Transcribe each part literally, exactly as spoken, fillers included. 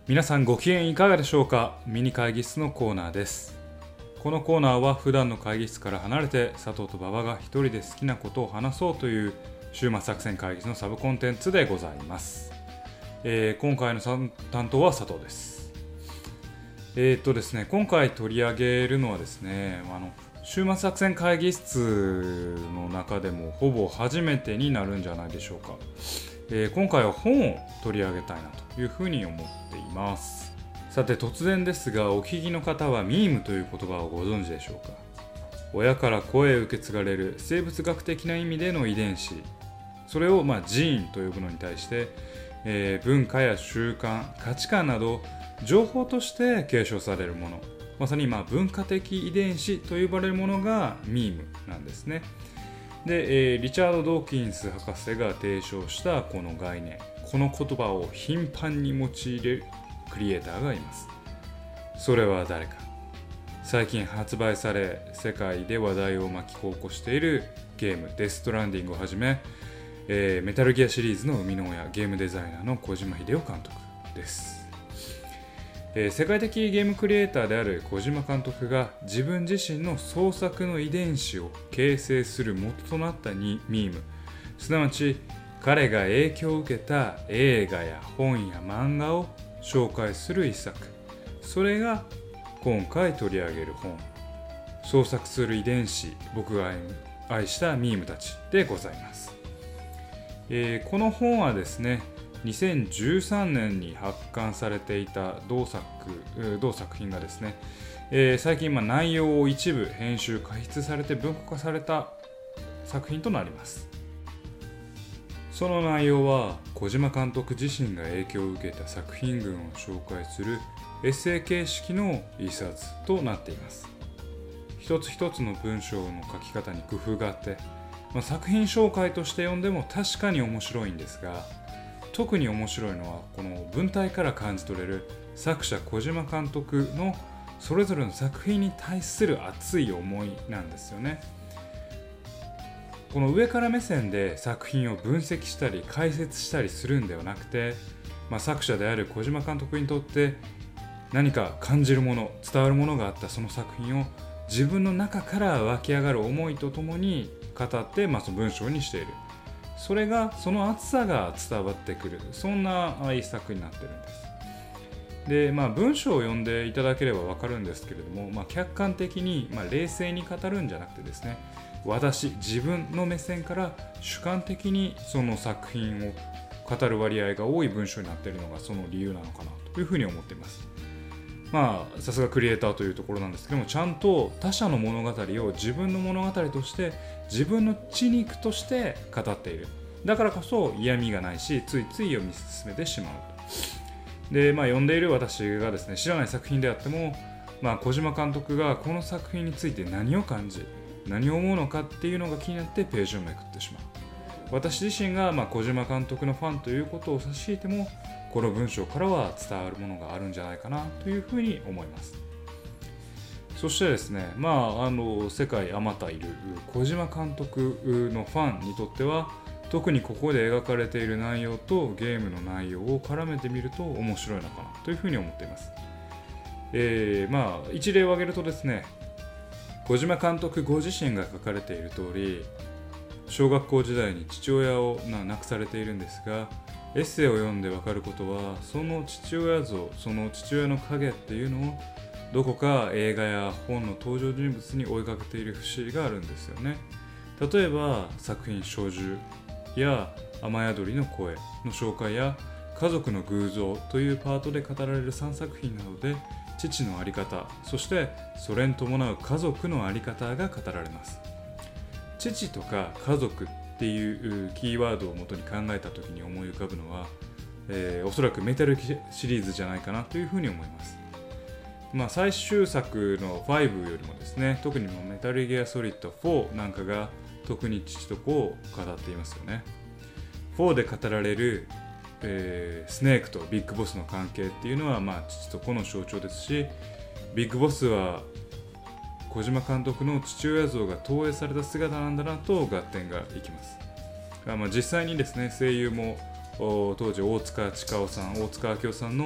皆さんご機嫌いかがでしょうか。ミニ会議室のコーナーです。このコーナーは普段の会議室から離れて佐藤と馬場が一人で好きなことを話そうという週末作戦会議室のサブコンテンツでございます。えー、今回の担当は佐藤です。えー、っとですね今回取り上げるのはですねあの週末作戦会議室の中でもほぼ初めてになるんじゃないでしょうか。えー、今回は本を取り上げたいなというふうに思っています。さて突然ですが、お聞きの方はミームという言葉をご存知でしょうか。親から子へ受け継がれる生物学的な意味での遺伝子、それをまあジーンと呼ぶのに対して、えー、文化や習慣、価値観など情報として継承されるもの、まさにまあ文化的遺伝子と呼ばれるものがミームなんですね。で、えー、リチャード・ドーキンス博士が提唱したこの概念、この言葉を頻繁に用いるクリエイターがいます。それは誰か。最近発売され世界で話題を巻き起こしているゲームデストランディングをはじめ、えー、メタルギアシリーズの生みの親、ゲームデザイナーの小島秀夫監督です。えー、世界的ゲームクリエイターである小島監督が自分自身の創作の遺伝子を形成する元となったミーム、すなわち彼が影響を受けた映画や本や漫画を紹介する一作、それが今回取り上げる本、創作する遺伝子、僕が愛したミームたちでございます。えー、この本はですねにせんじゅうさんねんに発刊されていた同作、同作品がですね、えー、最近まあ内容を一部編集加筆されて文庫化された作品となります。その内容は小島監督自身が影響を受けた作品群を紹介するエッセイ形式の一冊となっています。一つ一つの文章の書き方に工夫があって、まあ、作品紹介として読んでも確かに面白いんですが、特に面白いのはこの文体から感じ取れる作者小島監督のそれぞれの作品に対する熱い思いなんですよね。この上から目線で作品を分析したり解説したりするんではなくて、まあ、作者である小島監督にとって何か感じるもの、伝わるものがあったその作品を自分の中から湧き上がる思いとともに語って、まあ、その文章にしている。それがその熱さが伝わってくる、そんな一作になってるんです。で、まあ、文章を読んでいただければ分かるんですけれども、まあ、客観的に、まあ、冷静に語るんじゃなくてですね、私自分の目線から主観的にその作品を語る割合が多い文章になっているのがその理由なのかなというふうに思っています。まあさすがクリエイターというところなんですけども、ちゃんと他者の物語を自分の物語として自分の血肉として語っている。だからこそ嫌味がないし、ついつい読み進めてしまうと。で、まあ、読んでいる私がですね知らない作品であっても、まあ、小島監督がこの作品について何を感じ何を思うのかっていうのが気になってページをめくってしまう。私自身がまあ小島監督のファンということを差し引いても、この文章からは伝わるものがあるんじゃないかなというふうに思います。そしてですね、まあ、あの世界あまたいる小島監督のファンにとっては、特にここで描かれている内容とゲームの内容を絡めてみると面白いのかなというふうに思っています。えー、まあ一例を挙げるとですね、小島監督ご自身が書かれている通り、小学校時代に父親を亡くされているんですが、エッセイを読んで分かることは、その父親像、その父親の影っていうのをどこか映画や本の登場人物に追いかけている節があるんですよね。例えば作品小獣や雨宿りの声の紹介や家族の偶像というパートで語られるさんさく品などで、父の在り方、そしてそれに伴う家族の在り方が語られます。父とか家族っていうキーワードを元に考えた時に思い浮かぶのは、えー、おそらくメタルシリーズじゃないかなというふうに思います。まあ、最終作のごよりもですね、特にメタルギアソリッドフォーなんかが特に父と子を語っていますよね。フォーで語られる、えー、スネークとビッグボスの関係っていうのは、まあ、父と子の象徴ですし、ビッグボスは小島監督の父親像が投影された姿なんだなと合点がいきます。まあ、実際にですね、声優も当時大塚千佳夫さん、大塚明夫さんの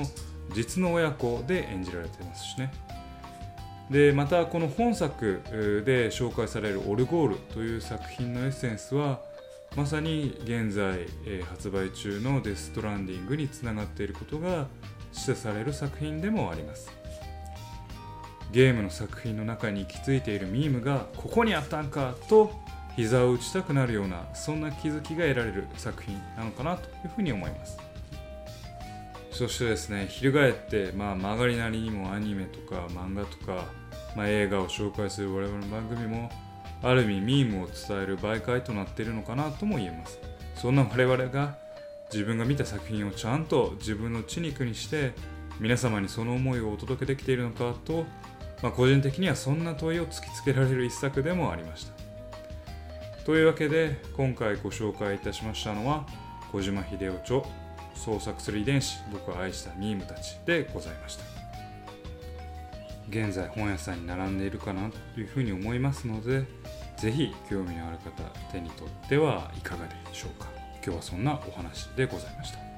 実の親子で演じられてますしね。でまたこの本作で紹介されるオルゴールという作品のエッセンスはまさに現在、えー、発売中のデストランディングにつながっていることが示唆される作品でもあります。ゲームの作品の中に行き着いているミームがここにあったんかと膝を打ちたくなるような、そんな気づきが得られる作品なのかなというふうに思います。そしてですね、翻って、まあ、曲がりなりにもアニメとか漫画とか、まあ、映画を紹介する我々の番組もある意味ミームを伝える媒介となっているのかなとも言えます。そんな我々が自分が見た作品をちゃんと自分の血肉にして皆様にその思いをお届けできているのかと、まあ、個人的にはそんな問いを突きつけられる一作でもありました。というわけで今回ご紹介いたしましたのは小島秀夫著創作する遺伝子僕が愛したミームたちでございました。現在本屋さんに並んでいるかなというふうに思いますので、ぜひ興味のある方手に取ってはいかがでしょうか。今日はそんなお話でございました。